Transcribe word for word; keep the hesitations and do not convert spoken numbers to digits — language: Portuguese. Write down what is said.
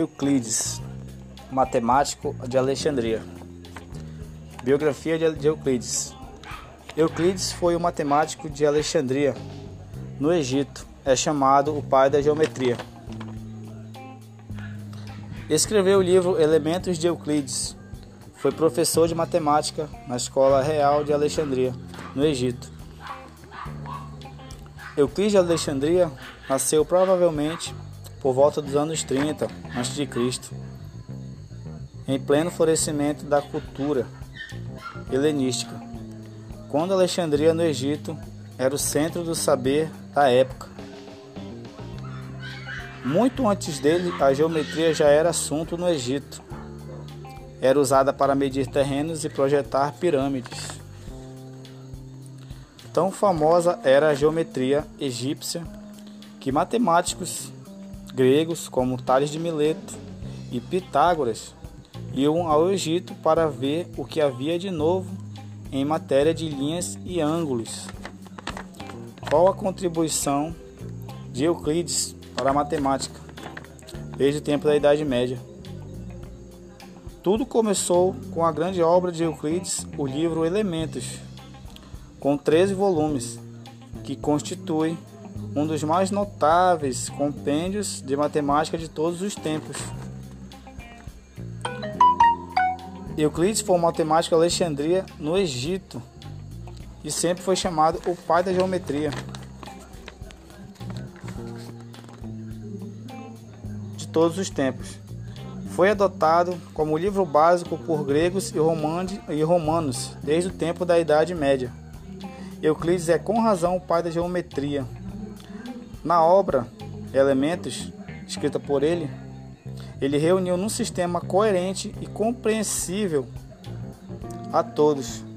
Euclides, matemático de Alexandria. Biografia de Euclides. Euclides foi um matemático de Alexandria, no Egito. É chamado o pai da geometria. Escreveu o livro Elementos de Euclides. Foi professor de matemática na Escola Real de Alexandria, no Egito. Euclides de Alexandria nasceu provavelmente por volta dos anos trinta antes de Cristo, em pleno florescimento da cultura helenística, quando Alexandria, no Egito, era o centro do saber da época. Muito antes dele, a geometria já era assunto no Egito. Era usada para medir terrenos e projetar pirâmides. Tão famosa era a geometria egípcia que matemáticos gregos como Tales de Mileto e Pitágoras iam ao Egito para ver o que havia de novo em matéria de linhas e ângulos. Qual a contribuição de Euclides para a matemática desde o tempo da Idade Média? Tudo começou com a grande obra de Euclides, o livro Elementos, com treze volumes, que constitui um dos mais notáveis compêndios de matemática de todos os tempos. Euclides foi um matemático de Alexandria, no Egito, e sempre foi chamado o pai da geometria de todos os tempos. Foi adotado como livro básico por gregos e romanos desde o tempo da Idade Média. Euclides é com razão o pai da geometria. Na obra Elementos, escrita por ele, ele reuniu num sistema coerente e compreensível a todos